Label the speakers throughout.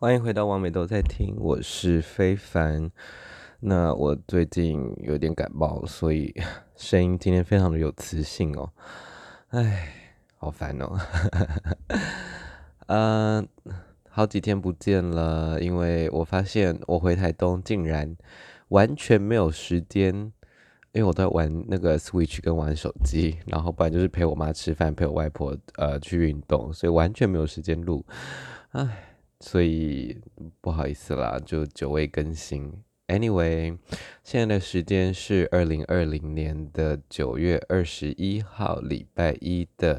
Speaker 1: 欢迎回到王美都在听，我是非凡。那我最近有点感冒，所以声音今天非常的有磁性哦。唉，好烦哦。呃，好几天不见了，因为我发现我回台东竟然完全没有时间，因为我在玩那个 Switch 跟玩手机，然后不然就是陪我妈吃饭，陪我外婆去运动，所以完全没有时间录。唉。所以不好意思啦，就久未更新。Anyway，现在的时间是2020年的9月21号，礼拜一的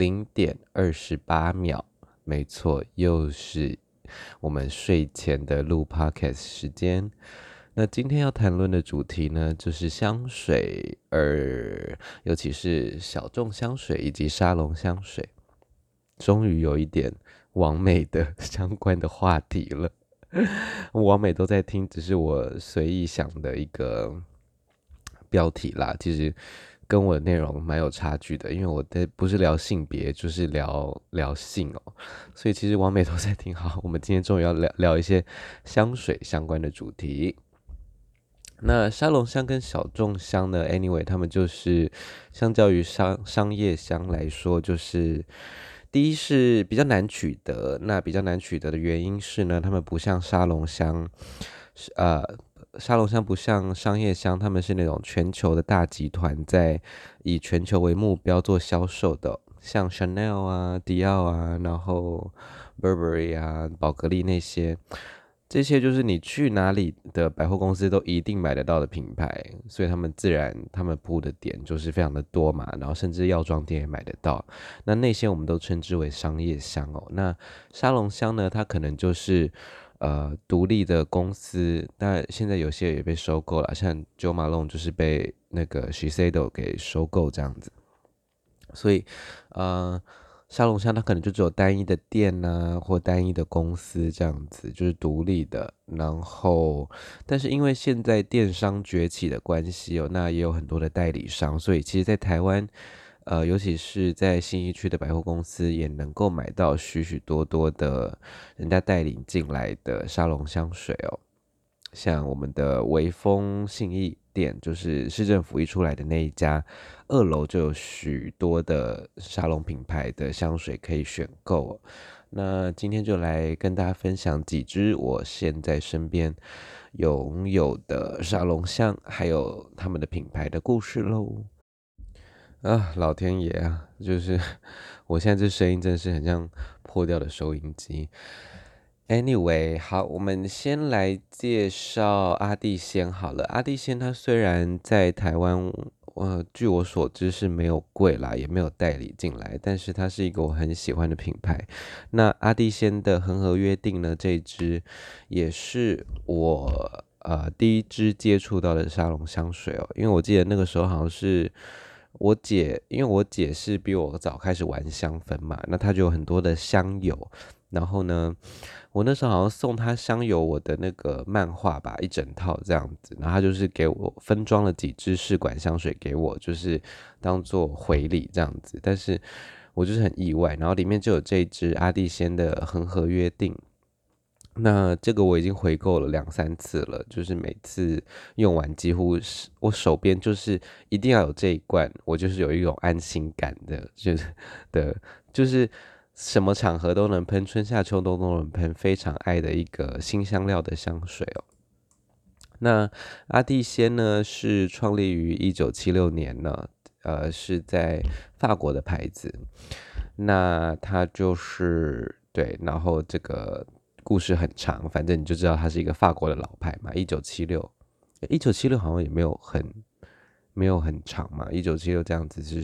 Speaker 1: 0点28秒。没错，又是我们睡前的录 podcast 时间。那今天要谈论的主题呢，就是香水，尤其是小众香水以及沙龙香水。终于有一点完美的相关的话题了。完美都在听，只是我随意想的一个标题啦。其实跟我的内容蛮有差距的，因为我的不是聊性别，就是聊性哦。所以其实完美都在听。好，我们今天终于要聊一些香水相关的主题。那沙龙香跟小众香呢？Anyway，他们就是相较于商业香来说，就是第一是比较难取得。那比较难取得的原因是呢，他们不像沙龙香，呃，沙龙香不像商业香，他们是那种全球的大集团在以全球为目标做销售的，像 Chanel 啊、迪奥啊，然后 Burberry 啊、宝格丽那些。这些就是你去哪里的百货公司都一定买得到的品牌，所以他们铺的点就是非常的多嘛，然后甚至药妆店也买得到。那些我们都称之为商业香哦。那沙龙香呢，它可能就是独立的公司，但现在有些也被收购了，像 Jo Malone 就是被那个 Shiseido 给收购这样子。所以，呃，沙龙香它可能就只有单一的店呐、或单一的公司这样子，就是独立的。然后，但是因为现在电商崛起的关系哦，那也有很多的代理商，所以其实，在台湾，尤其是在信义区的百货公司，也能够买到许许多多的人家带领进来的沙龙香水哦。像我们的微风信义店，就是市政府一出来的那一家，2楼就有许多的沙龙品牌的香水可以选购哦。那今天就来跟大家分享几支我现在身边拥有的沙龙香，还有他们的品牌的故事喽。啊，老天爷啊，就是我现在这声音真的是很像破掉的收音机。Anyway，好，我们先来介绍阿蒂仙好了。阿蒂仙它虽然在台湾，据我所知是没有柜啦，也没有代理进来，但是它是一个我很喜欢的品牌。那阿蒂仙的恒河约定呢，这一支也是我第一支接触到的沙龙香水哦，因为我记得那个时候好像是我姐，因为我姐是比我早开始玩香氛嘛，那她就有很多的香油，然后呢。我那时候好像送他香油我的那个漫画吧，一整套这样子，然后他就是给我分装了几支试管香水给我，就是当做回礼这样子。但是我就是很意外，然后里面就有这一支阿蒂仙的恒河约定。那这个我已经回购了2、3次了，就是每次用完几乎是我手边就是一定要有这一罐，我就是有一种安心感的，的，就是什么场合都能喷，春夏秋冬都能喷，非常爱的一个新香料的香水哦。那阿蒂仙呢是创立于1976年呢，是在法国的牌子。那它就是对，然后这个故事很长，反正你就知道它是一个法国的老牌嘛。一九七六好像也没有很长嘛，1976这样子是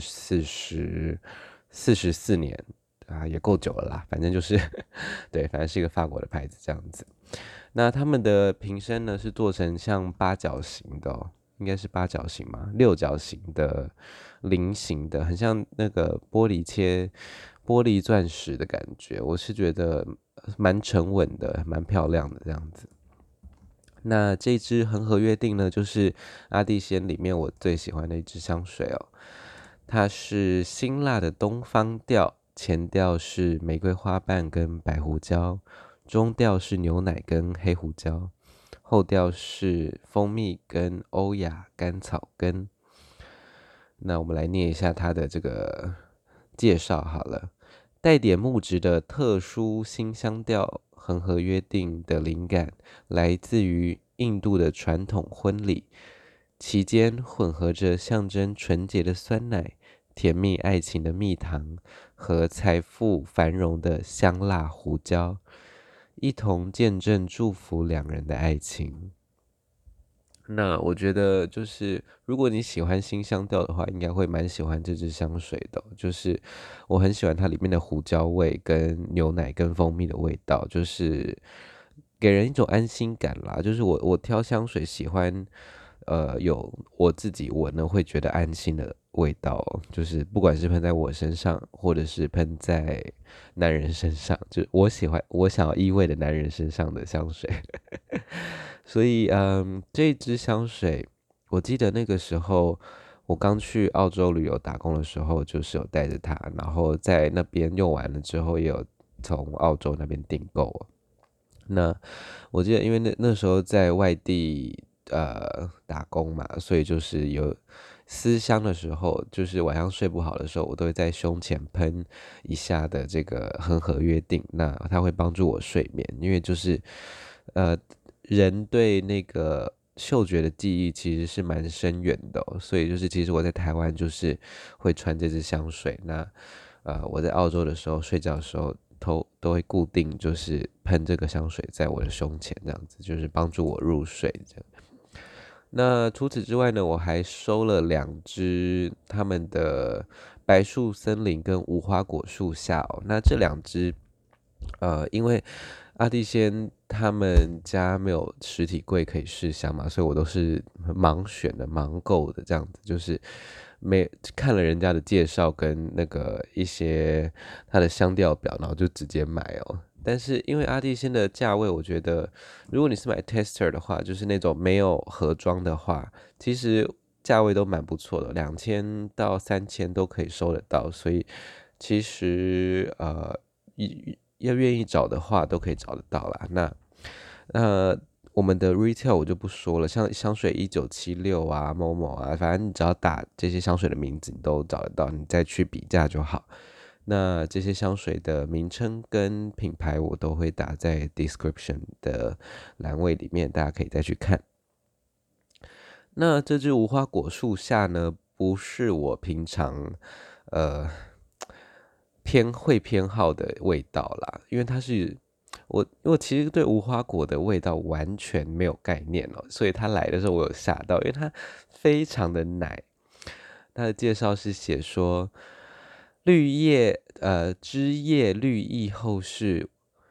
Speaker 1: 44年啊，也够久了啦。反正就是对，反正是一个法国的牌子这样子。那他们的瓶身呢是做成像八角形的哦，应该是八角形嘛，六角形的菱形的，很像那个玻璃钻石的感觉。我是觉得蛮沉稳的，蛮漂亮的这样子。那这支恒河约定呢，就是阿蒂仙里面我最喜欢的一支香水哦。它是辛辣的东方调，前调是玫瑰花瓣跟白胡椒， 中调是牛奶跟黑胡椒，后调是蜂蜜跟欧亚甘草根。那我们来念一下它的这个介绍好了。带点木质的特殊新香调，恒河约定的灵感来自于印度的传统婚礼，其间混合着象征纯洁的酸奶、甜蜜爱情的蜜糖和财富繁荣的香辣胡椒，一同见证祝福两人的爱情。那我觉得就是，如果你喜欢新香调的话，应该会蛮喜欢这支香水的哦。就是我很喜欢它里面的胡椒味、跟牛奶、跟蜂蜜的味道，就是给人一种安心感啦。就是我挑香水喜欢，有我自己闻了会觉得安心的味道哦。就是不管是喷在我身上，或者是喷在男人身上，就我喜欢我想要依偎的男人身上的香水。所以，这支香水，我记得那个时候我刚去澳洲旅游打工的时候，就是有带着它，然后在那边用完了之后，也有从澳洲那边订购哦。那我记得，因为那时候在外地打工嘛，所以就是有思乡的时候，就是晚上睡不好的时候，我都会在胸前喷一下的这个恒河约定，那它会帮助我睡眠，因为就是呃人对那个嗅觉的记忆其实是蛮深远的哦，所以就是其实我在台湾就是会穿这支香水，那我在澳洲的时候睡觉的时候都会固定就是喷这个香水在我的胸前，这样子就是帮助我入睡这样。那除此之外呢，我还收了2支他们的白树森林跟无花果树下哦。那这2支，因为阿蒂仙他们家没有实体柜可以试香嘛，所以我都是盲选的、盲购的这样子，就是没看了人家的介绍跟那个一些它的香调表，然后就直接买哦。但是因为阿蒂仙的价位，我觉得如果你是买 tester 的话，就是那种没有盒装的话，其实价位都蛮不错的，2000到3000都可以收得到，所以其实要愿意找的话都可以找得到啦。那我们的 retail 我就不说了，像香水1976啊、某某啊，反正你只要打这些香水的名字，你都找得到，你再去比价就好。那这些香水的名称跟品牌我都会打在 description 的栏位里面，大家可以再去看。那这支无花果树下呢，不是我平常呃偏好的味道啦，因为它是我其实对无花果的味道完全没有概念哦，所以它来的时候我有吓到，因为它非常的奶。它的介绍是写说，枝叶绿意后是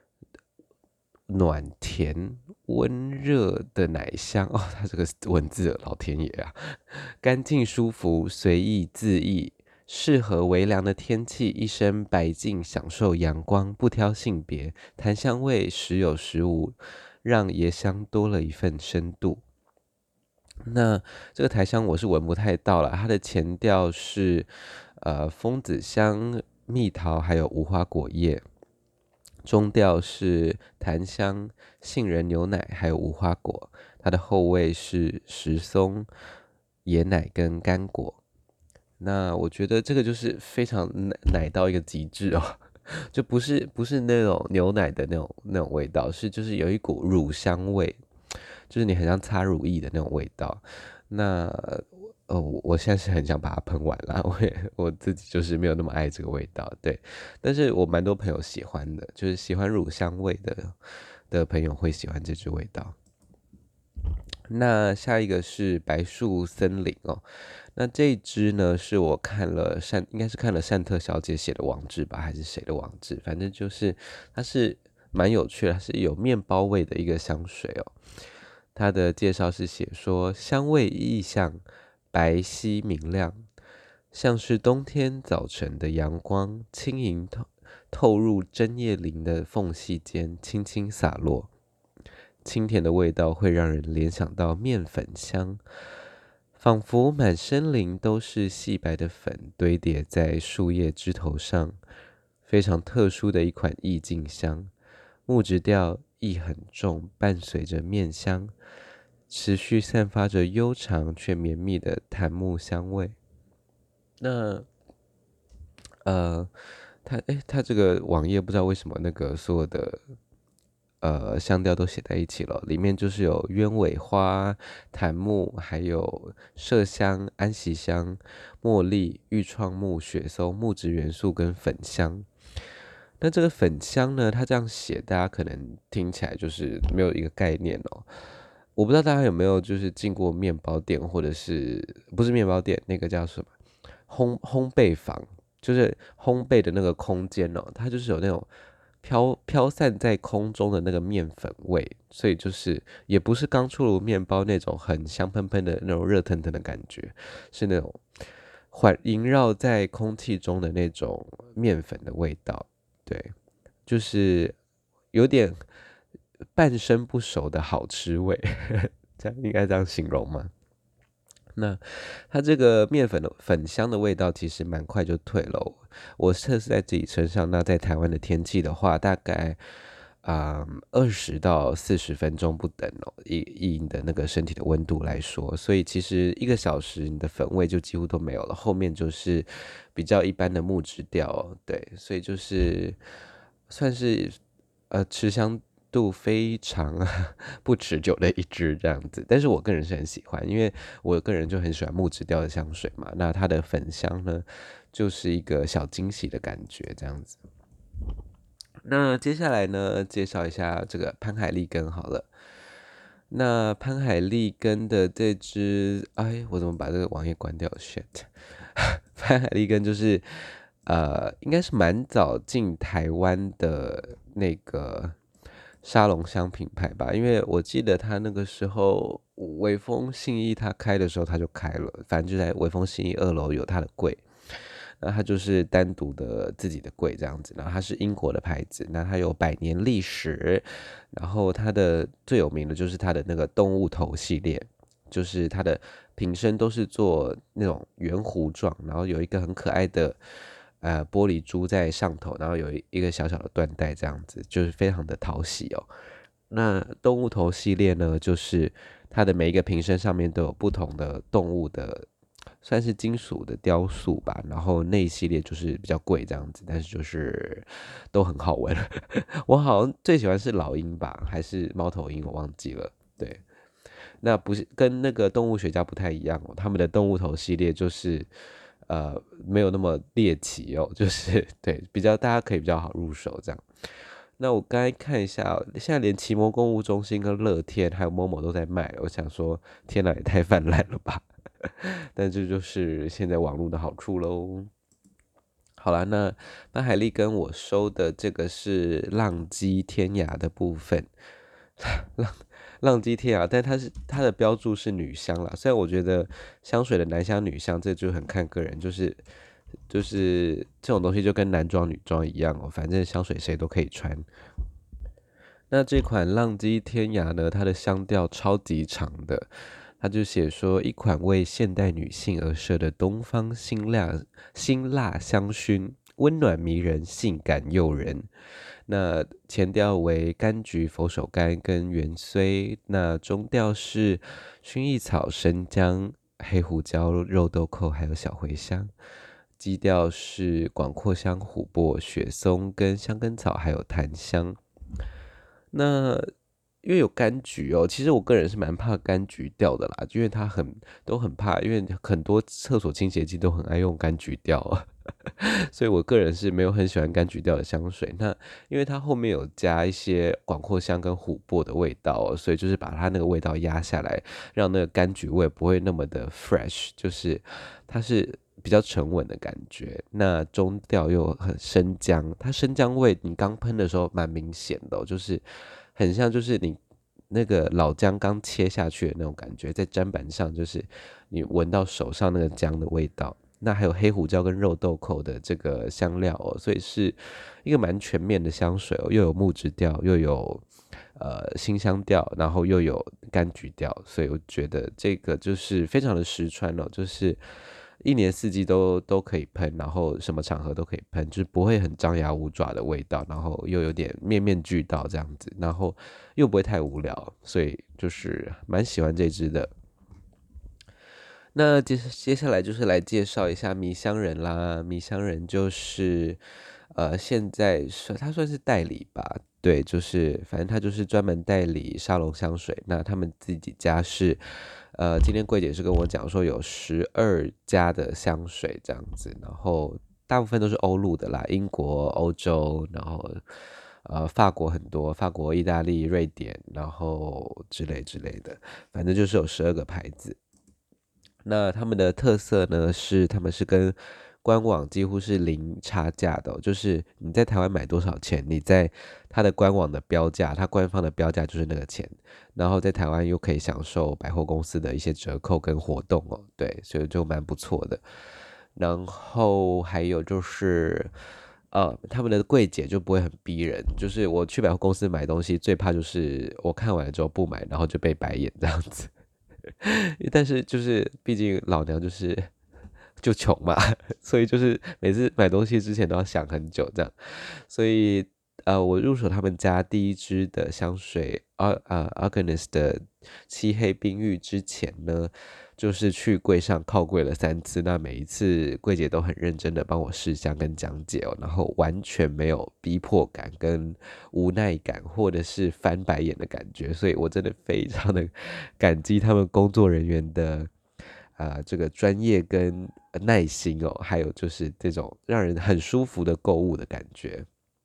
Speaker 1: 暖甜温热的奶香哦，它这个文字老天爷啊，干净舒服，随意恣意，适合微凉的天气，一身白净，享受阳光，不挑性别，檀香味时有时无，让椰香多了一份深度。那这个檀香我是闻不太到了，它的前调是蜂子香、蜜桃还有无花果叶。中调是檀香、杏仁牛奶还有无花果，它的后味是石松、椰奶跟干果。那我觉得这个就是非常奶到一个极致哦，就不是那种牛奶的那种味道，就是有一股乳香味，就是你很像擦乳液的那种味道。那我现在是很想把它喷完啦，我自己就是没有那么爱这个味道，对。但是我蛮多朋友喜欢的，就是喜欢乳香味的朋友会喜欢这支味道。那下一个是白树森林哦，那这一支呢是我看了应该是看了善特小姐写的网志吧，还是谁的网志？反正就是它是蛮有趣的，它是有面包味的一个香水哦。它的介绍是写说，香味意象白皙明亮，像是冬天早晨的阳光，轻盈透入针叶林的缝隙间，轻轻洒落。清甜的味道会让人联想到面粉香，仿佛满森林都是细白的粉堆叠在树叶枝头上，非常特殊的一款意境香。 木质调亦很重，伴随着面香，持续散发着悠长却绵密的檀木香味。那呃，它这个网页不知道为什么那个所有的香调都写在一起了，里面就是有鸢尾花、檀木，还有麝香、安息香、茉莉、玉创木、雪松、木质元素跟粉香。那这个粉香呢，它这样写，大家可能听起来就是没有一个概念哦。我不知道大家有没有就是进过面包店，或者是不是面包店，那个叫什么烘焙坊，就是烘焙的那个空间哦，它就是有那种飘散在空中的那个面粉味，所以就是也不是刚出炉面包那种很香喷喷的那种热腾腾的感觉，是那种萦绕在空气中的那种面粉的味道。对，就是有点半生不熟的好吃味，这样应该这样形容吗？那它这个面粉的粉香的味道其实蛮快就退了哦。我测试在自己身上，那在台湾的天气的话，大概20到40分钟不等哦，以你的那个身体的温度来说，所以其实1个小时你的粉味就几乎都没有了，后面就是比较一般的木质调哦，对，所以就是算是吃香度非常不持久的一支这样子，但是我个人是很喜欢，因为我个人就很喜欢木质调的香水嘛，那它的粉香呢，就是一个小惊喜的感觉这样子。那接下来呢，介绍一下这个潘海利根好了。那潘海利根的这支，哎，我怎么把这个网页关掉？shit，潘海利根就是应该是蛮早进台湾的那个沙龙香品牌吧，因为我记得他那个时候微风信义他开的时候他就开了，反正就在微风信义2楼有他的柜。那它就是单独的自己的柜这样子，然后它是英国的牌子，那它有100年历史，然后它的最有名的就是它的那个动物头系列，就是它的瓶身都是做那种圆弧状，然后有一个很可爱的玻璃珠在上头，然后有一个小小的缎带这样子，就是非常的讨喜哦。那动物头系列呢，就是它的每一个瓶身上面都有不同的动物的，算是金属的雕塑吧。然后那一系列就是比较贵这样子，但是就是都很好闻。我好像最喜欢是老鹰吧，还是猫头鹰，我忘记了。对，那不是跟那个动物学家不太一样哦，他们的动物头系列就是没有那么猎奇哦，就是对比较大家可以比较好入手这样。那我刚才看一下哦，现在连奇摩购物中心跟乐天还有 Momo 都在卖了，我想说，天哪，也太泛滥了吧！但这就是现在网络的好处喽。好啦，那班海利跟我收的这个是浪迹天涯的部分，浪浪迹天涯，但它的标注是女香啦。虽然我觉得香水的男香女香这就很看个人，就是这种东西就跟男装女装一样哦，反正香水谁都可以穿。那这款浪迹天涯呢，它的香调超级长的，它就写说一款为现代女性而设的东方辛辣香薰，温暖迷人，性感诱人。那前调为柑橘、佛手柑跟芫荽，那中调是薰衣草、生姜、黑胡椒、肉豆蔻还有小茴香。基调是广藿香、琥珀、雪松跟香根草还有檀香。那因为有柑橘哦，其实我个人是蛮怕柑橘调的啦，因为都很怕，因为很多厕所清洁剂都很爱用柑橘调啊，所以我个人是没有很喜欢柑橘调的香水。那因为它后面有加一些广藿香跟琥珀的味道哦，所以就是把它那个味道压下来，让那个柑橘味不会那么的 fresh，就是它是比较沉稳的感觉。那中调又很生姜，它生姜味你刚喷的时候蛮明显的哦，就是很像就是你那个老姜刚切下去的那种感觉，在砧板上就是你闻到手上那个姜的味道。那还有黑胡椒跟肉豆蔻的这个香料哦，所以是一个蛮全面的香水哦，又有木质调，又有辛香调，然后又有柑橘调，所以我觉得这个就是非常的实穿哦，就是一年四季都可以喷，然后什么场合都可以喷，就是不会很张牙舞爪的味道，然后又有点面面俱到这样子，然后又不会太无聊，所以就是蛮喜欢这支的。那接下来就是来介绍一下迷香人啦。迷香人就是现在他算是代理吧，对，就是反正他就是专门代理沙龙香水。那他们自己家是今天柜姐是跟我讲说有12家的香水这样子，然后大部分都是欧陆的啦，英国、欧洲，然后法国很多，法国、意大利、瑞典，然后之类的，反正就是有12个牌子。那他们的特色呢是，他们是跟官网几乎是零差价的哦，就是你在台湾买多少钱，你在它的官网的标价，它官方的标价就是那个钱，然后在台湾又可以享受百货公司的一些折扣跟活动哦，对，所以就蛮不错的。然后还有就是，他们的柜姐就不会很逼人，就是我去百货公司买东西，最怕就是我看完了之后不买，然后就被白眼这样子。但是就是毕竟老娘就穷嘛，所以就是每次买东西之前都要想很久这样，所以我入手他们家第一支的香水Arganist 的漆黑冰玉之前呢，就是去柜上靠柜了3次，那每一次柜姐都很认真的帮我试香跟讲解哦，然后完全没有逼迫感跟无奈感，或者是翻白眼的感觉，所以我真的非常的感激他们工作人员的这个专业跟耐心哦，还有就是这种让人很舒服的购物的感觉。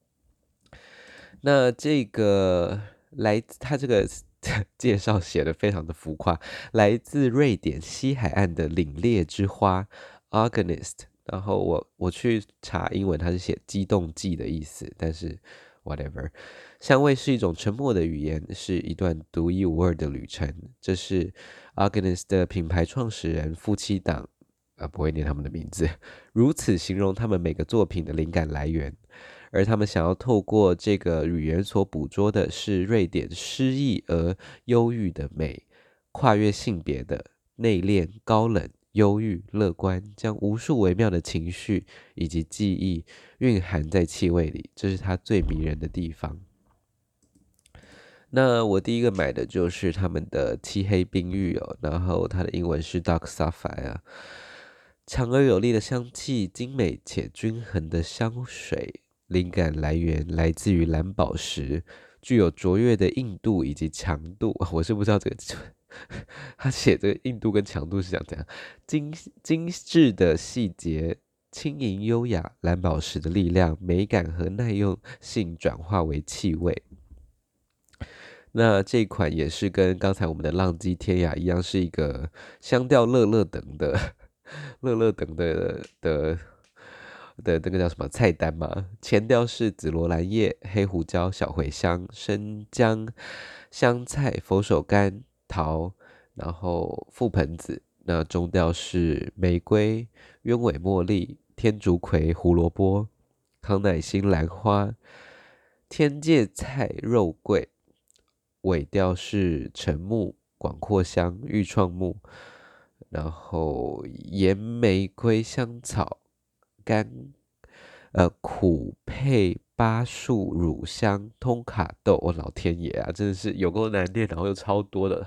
Speaker 1: 那这个他这个介绍写的非常的浮夸，来自瑞典西海岸的凛冽之花 Organist。然后我去查英文，它是写激动剂的意思，但是 whatever，香味是一种沉默的语言，是一段独一无二的旅程。这是 Organist 的品牌创始人夫妻档，不会念他们的名字，如此形容他们每个作品的灵感来源。而他们想要透过这个语言所捕捉的是瑞典诗意而忧郁的美，跨越性别的内敛、高冷、忧郁、乐观，将无数微妙的情绪以及记忆蕴含在气味里，这是它最迷人的地方。那我第一个买的就是他们的漆黑冰玉哦，然后它的英文是 Dark Sapphire，强而有力的香气，精美且均衡的香水，灵感来源来自于蓝宝石，具有卓越的硬度以及强度。我是不知道这个，他写这个硬度跟强度是想怎样？精精致的细节，轻盈优雅，蓝宝石的力量、美感和耐用性转化为气味。那这一款也是跟刚才我们的浪迹天涯一样，是一个香调乐乐等的乐乐等的那个叫什么菜单嘛？前调是紫罗兰叶、黑胡椒、小茴香、生姜、香菜、佛手柑、桃，然后覆盆子。那中调是玫瑰、鸢尾茉莉、天竺葵、胡萝卜、康乃馨、兰花、天芥菜、肉桂。尾调是沉木、广藿香、玉创木，然后岩玫瑰、香草、干苦配巴树、乳香、通卡豆。我、老天爷啊，真的是有够难念，然后又超多的。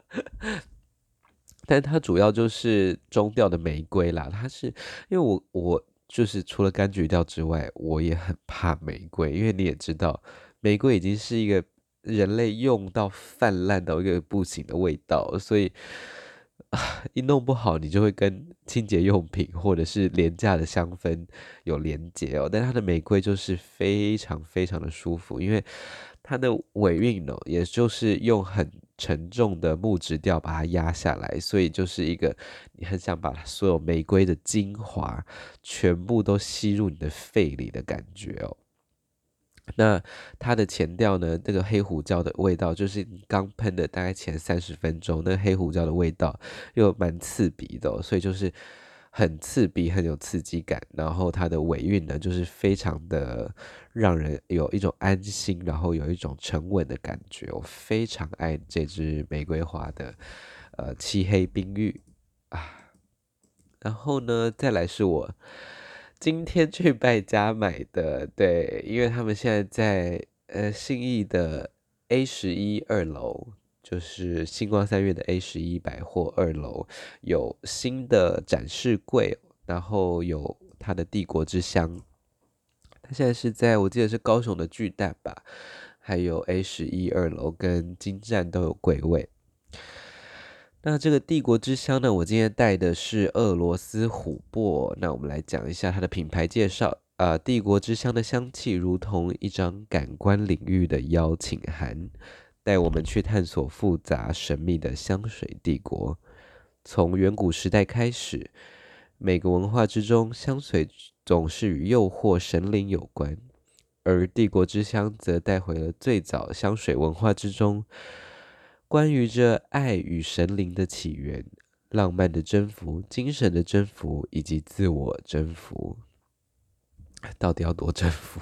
Speaker 1: 但它主要就是中调的玫瑰啦，它是因为我就是除了柑橘调之外，我也很怕玫瑰，因为你也知道，玫瑰已经是一个人类用到泛滥到一个不行的味道，所以一弄不好，你就会跟清洁用品或者是廉价的香氛有连结哦。但它的玫瑰就是非常非常的舒服，因为它的尾韵呢，也就是用很沉重的木质调把它压下来，所以就是一个你很想把所有玫瑰的精华全部都吸入你的肺里的感觉哦。那它的前调呢，这个黑胡椒的味道，就是你刚喷的大概前30分钟，那黑胡椒的味道又蛮刺鼻的哦，所以就是很刺鼻，很有刺激感。然后它的尾韵呢，就是非常的让人有一种安心，然后有一种沉稳的感觉。我非常爱这支玫瑰花的漆黑冰玉啊。 然后呢，再来是我今天去败家买的，对，因为他们现在在信义的 A11二楼，就是星光三月的 A11百货二楼有新的展示柜，然后有它的帝国之乡，它现在是在我记得是高雄的巨蛋吧，还有 A11二楼跟金站都有柜位。那这个帝国之乡呢，我今天带的是俄罗斯琥珀。那我们来讲一下它的品牌介绍。帝国之乡的香气如同一张感官领域的邀请函，带我们去探索复杂神秘的香水帝国。从远古时代开始，每个文化之中，香水总是与诱惑神灵有关，而帝国之乡则带回了最早香水文化之中关于这爱与神灵的起源、浪漫的征服、精神的征服以及自我征服。到底要多征服？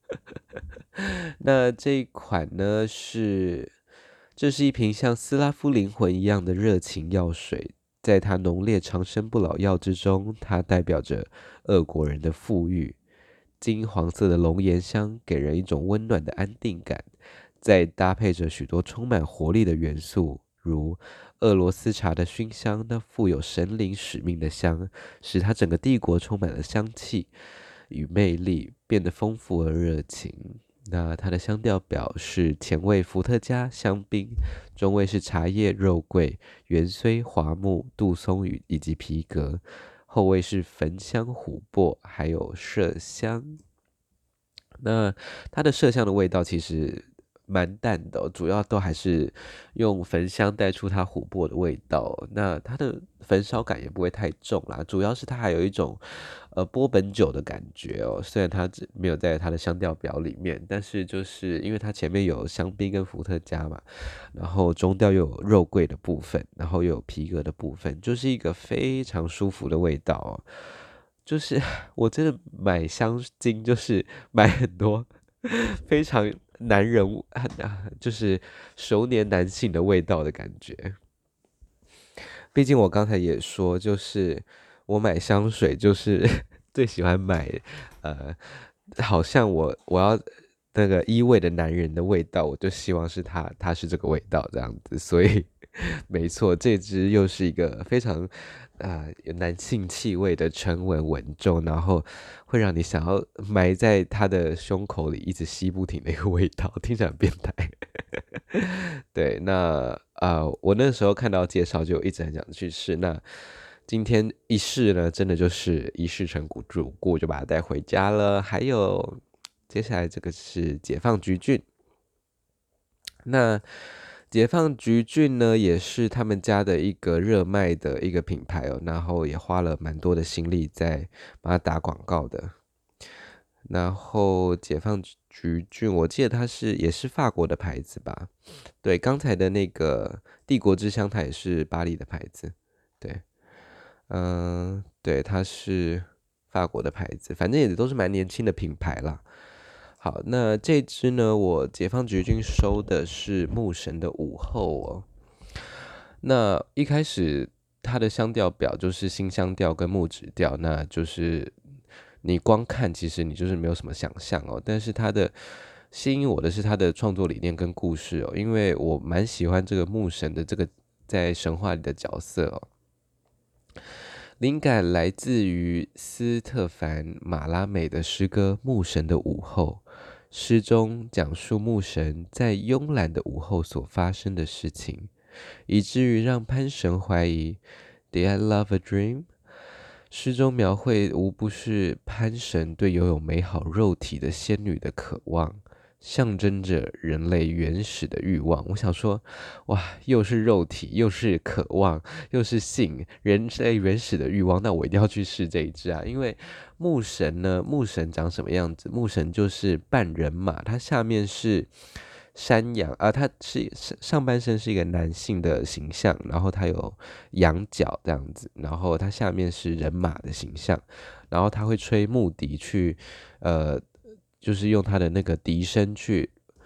Speaker 1: 那这一款呢这是一瓶像斯拉夫灵魂一样的热情药水，在它浓烈长生不老药之中，它代表着俄国人的富裕。金黄色的龙涎香给人一种温暖的安定感，再搭配着许多充满活力的元素，如俄罗斯茶的熏香，那富有神灵使命的香，使它整个帝国充满了香气与魅力，变得丰富而热情。那它的香调表是前味伏特加、香槟，中味是茶叶、肉桂、芫荽、桦木、杜松以及皮革，后味是焚香、琥珀，还有麝香。那它的麝香的味道其实蛮淡的主要都还是用焚香带出它琥珀的味道。那它的焚烧感也不会太重啦，主要是它还有一种波本酒的感觉虽然它没有在它的香调表里面，但是就是因为它前面有香槟跟伏特加嘛，然后中调又有肉桂的部分，然后又有皮革的部分，就是一个非常舒服的味道就是我真的买香精，就是买很多非常男人就是熟年男性的味道的感觉。毕竟我刚才也说，就是我买香水就是最喜欢买呃，好像我要那个依偎的男人的味道，我就希望是他是这个味道这样子，所以没错，这支又是一个非常有男性气味的沉稳稳重，然后会让你想要埋在他的胸口里一直吸不停的一个味道，听起来很变态。对，那我那时候看到介绍就一直很想去试，那今天一试呢，真的就是一试成主顾，就把它带回家了。还有接下来这个是解放橘郡，那解放橘郡呢，也是他们家的一个热卖的一个品牌然后也花了蛮多的心力在帮它打广告的。然后解放橘郡，我记得它也是法国的牌子吧？对，刚才的那个帝国之乡，它也是巴黎的牌子。对，对，它是法国的牌子，反正也都是蛮年轻的品牌啦。好，那这支呢，我解放橘郡收的是牧神的午后那一开始它的香调表就是新香调跟木质调，那就是你光看其实你就是没有什么想象但是吸引我的是它的创作理念跟故事因为我蛮喜欢这个牧神的这个在神话里的角色灵感来自于斯特凡马拉美的诗歌《牧神的午后》，诗中讲述牧神在慵懒的午后所发生的事情，以至于让潘神怀疑 "Did I love a dream?" 诗中描绘无不是潘神对拥有美好肉体的仙女的渴望，象征着人类原始的欲望。我想说，哇，又是肉体，又是渴望，又是性，人类原始的欲望，那我一定要去试这一支因为牧神呢，牧神长什么样子？牧神就是半人马，它下面是山羊它是上半身是一个男性的形象，然后它有羊角这样子，然后它下面是人马的形象，然后他会吹木笛去就是用他的那个笛声去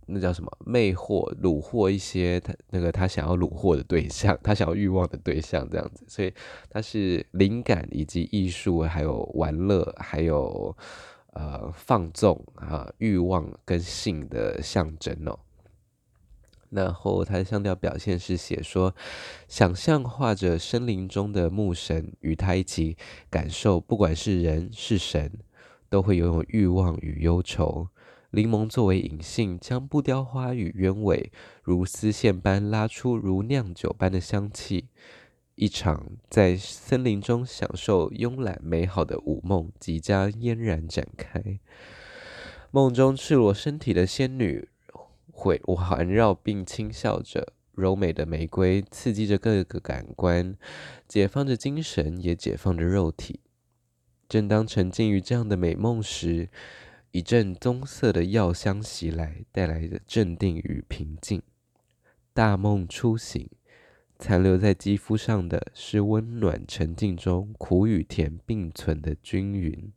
Speaker 1: 那叫什么魅惑、虏获一些他想要虏获的对象，他想要欲望的对象这样子，所以它是灵感以及艺术，还有玩乐，还有放纵啊、欲望跟性的象征哦。然后他的香调表现是写说，想象画着森林中的牧神，与他一起感受，不管是人是神，都会拥有欲望与忧愁。柠檬作为引信，将布雕花与鸢尾如丝线般拉出如酿酒般的香气。一场在森林中享受慵懒美好的午梦即将嫣然展开。梦中赤裸身体的仙女会环绕并轻笑着，柔美的玫瑰刺激着各个感官，解放着精神，也解放着肉体。正当沉浸于这样的美梦时，一阵棕色的药香袭来，带来的镇定与平静。大梦初醒，残留在肌肤上的是温暖沉静中苦与甜并存的均匀。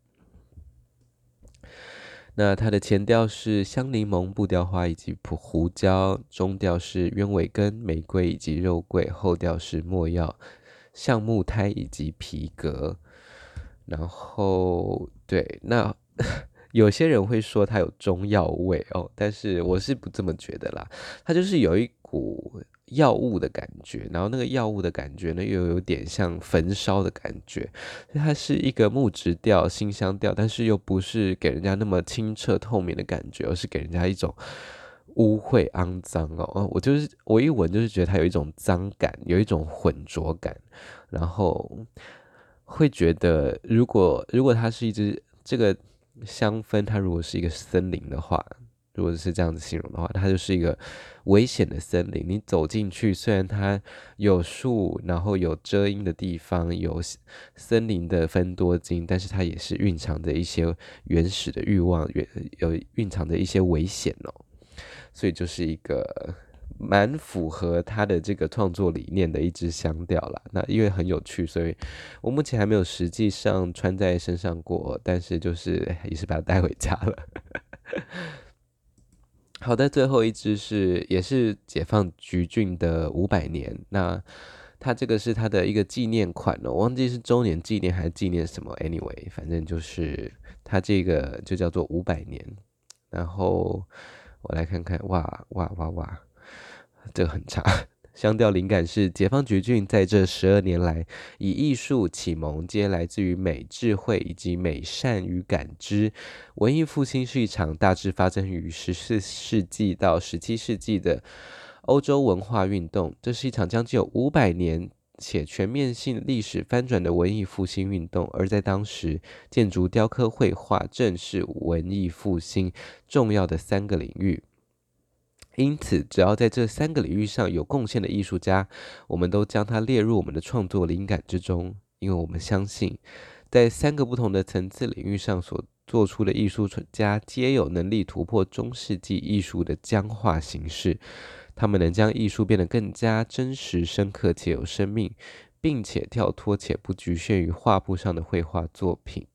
Speaker 1: 那它的前调是香柠檬、布雕花以及胡椒，中调是鸢尾根、玫瑰以及肉桂，后调是没药、橡木苔以及皮革。然后对，那有些人会说它有中药味哦，但是我是不这么觉得啦，它就是有一股药物的感觉，然后那个药物的感觉呢，又有点像焚烧的感觉，所以它是一个木质调、辛香调，但是又不是给人家那么清澈透明的感觉，而是给人家一种污秽肮脏哦。我一闻就是觉得它有一种脏感，有一种浑浊感，然后会觉得如果它是一只这个香氛，它如果是一个森林的话，如果是这样子形容的话，它就是一个危险的森林。你走进去，虽然它有树，然后有遮阴的地方，有森林的芬多精，但是它也是蕴藏着一些原始的欲望，有蕴藏着一些危险哦。所以就是一个蛮符合他的这个创作理念的一支香调啦。那因为很有趣，所以我目前还没有实际上穿在身上过，但是就是也是把它带回家了。好的，最后一支也是解放橘郡的500年，那它这个是它的一个纪念款哦，我忘记是周年纪念还是纪念什么，anyway，反正就是它这个就叫做500年。然后我来看看，哇哇哇哇，这个很长。香调灵感是解放橘郡在这12年来，以艺术启蒙，皆来自于美、智慧以及美善与感知。文艺复兴是一场大致发生于14世纪到17世纪的欧洲文化运动，这是一场将近有500年且全面性历史翻转的文艺复兴运动，而在当时，建筑、雕刻、绘画正是文艺复兴重要的3个领域。因此，只要在这3个领域上有贡献的艺术家，我们都将它列入我们的创作灵感之中，因为我们相信，在3个不同的层次领域上所做出的艺术家，皆有能力突破中世纪艺术的僵化形式。他们能将艺术变得更加真实、深刻且有生命，并且跳脱且不局限于画布上的绘画作品。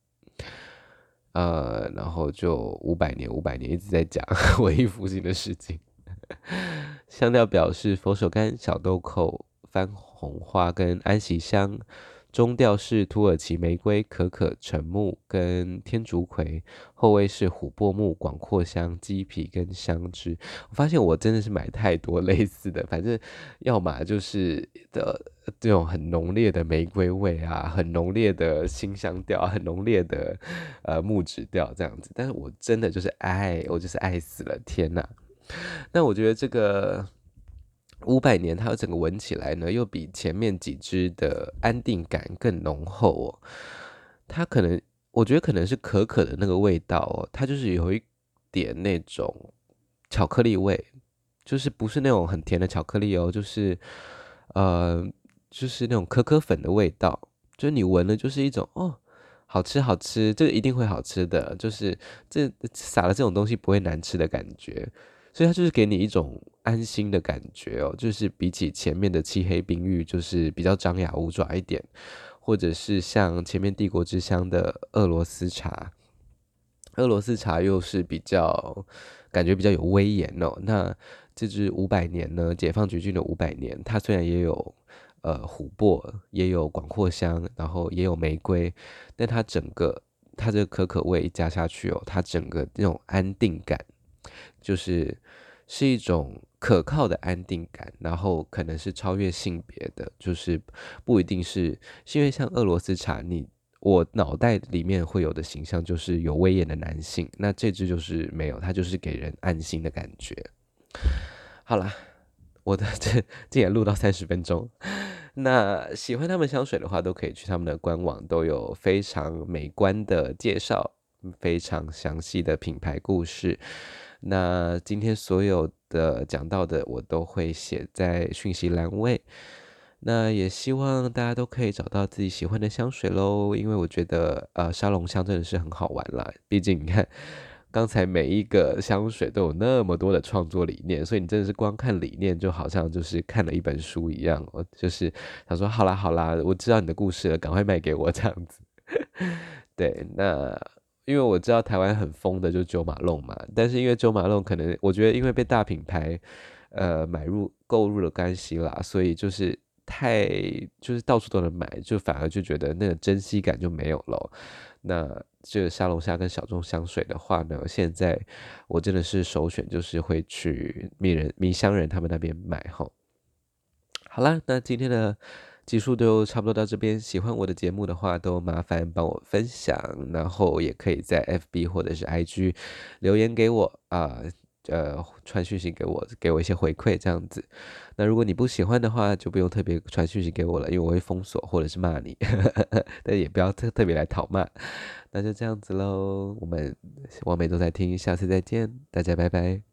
Speaker 1: 然后就500年一直在讲文艺复兴的事情。香调表示佛手柑、小豆蔻、番红花跟安息香。中调是土耳其玫瑰、可可、橙木跟天竺葵，后味是琥珀木、广藿香、鸡皮跟香脂。我发现我真的是买太多类似的，反正要么就是这种很浓烈的玫瑰味啊，很浓烈的辛香调，很浓烈的木质调这样子。但是我真的就是爱，我就是爱死了，天哪！那我觉得这个500年，它整个闻起来呢，又比前面几支的安定感更浓厚哦。它可能，我觉得可能是可可的那个味道哦，它就是有一点那种巧克力味，就是不是那种很甜的巧克力哦，呃，就是那种可可粉的味道，就是你闻了就是一种哦。好吃，好吃，这个一定会好吃的，就是这撒了这种东西不会难吃的感觉。所以它就是给你一种安心的感觉哦，就是比起前面的漆黑冰玉，就是比较张牙舞爪一点，或者是像前面帝国之乡的俄罗斯茶，俄罗斯茶又是比较感觉比较有威严哦。那这支500年呢，解放橘郡的500年，它虽然也有琥珀，也有广藿香，然后也有玫瑰，但它这个可可味加下去哦，它整个那种安定感，就是一种可靠的安定感，然后可能是超越性别的，就是不一定是因为像俄罗斯茶，我脑袋里面会有的形象就是有威严的男性，那这支就是没有，它就是给人安心的感觉。好啦，我的这竟然录到30分钟。那喜欢他们香水的话，都可以去他们的官网，都有非常美观的介绍，非常详细的品牌故事。那今天所有的讲到的，我都会写在讯息栏位。那也希望大家都可以找到自己喜欢的香水喽，因为我觉得沙龙香真的是很好玩啦。毕竟你看，刚才每一个香水都有那么多的创作理念，所以你真的是光看理念，就好像就是看了一本书一样哦。就是他说好啦好啦，我知道你的故事了，赶快卖给我这样子。对，那因为我知道台湾很疯的就是九马龙嘛，但是因为九马龙可能我觉得因为被大品牌购入的关系啦，所以就是到处都能买，就反而就觉得那个珍惜感就没有了。那这个沙龙虾跟小众香水的话呢，现在我真的是首选，就是会去迷香人他们那边买吼。好啦，那今天的集数就差不多到这边。喜欢我的节目的话，都麻烦帮我分享，然后也可以在 FB 或者是 IG 留言给我传讯息给我，给我一些回馈这样子。那如果你不喜欢的话，就不用特别传讯息给我了，因为我会封锁或者是骂你，但也不要特别来讨骂。那就这样子喽，我们完美都在听，下次再见，大家拜拜。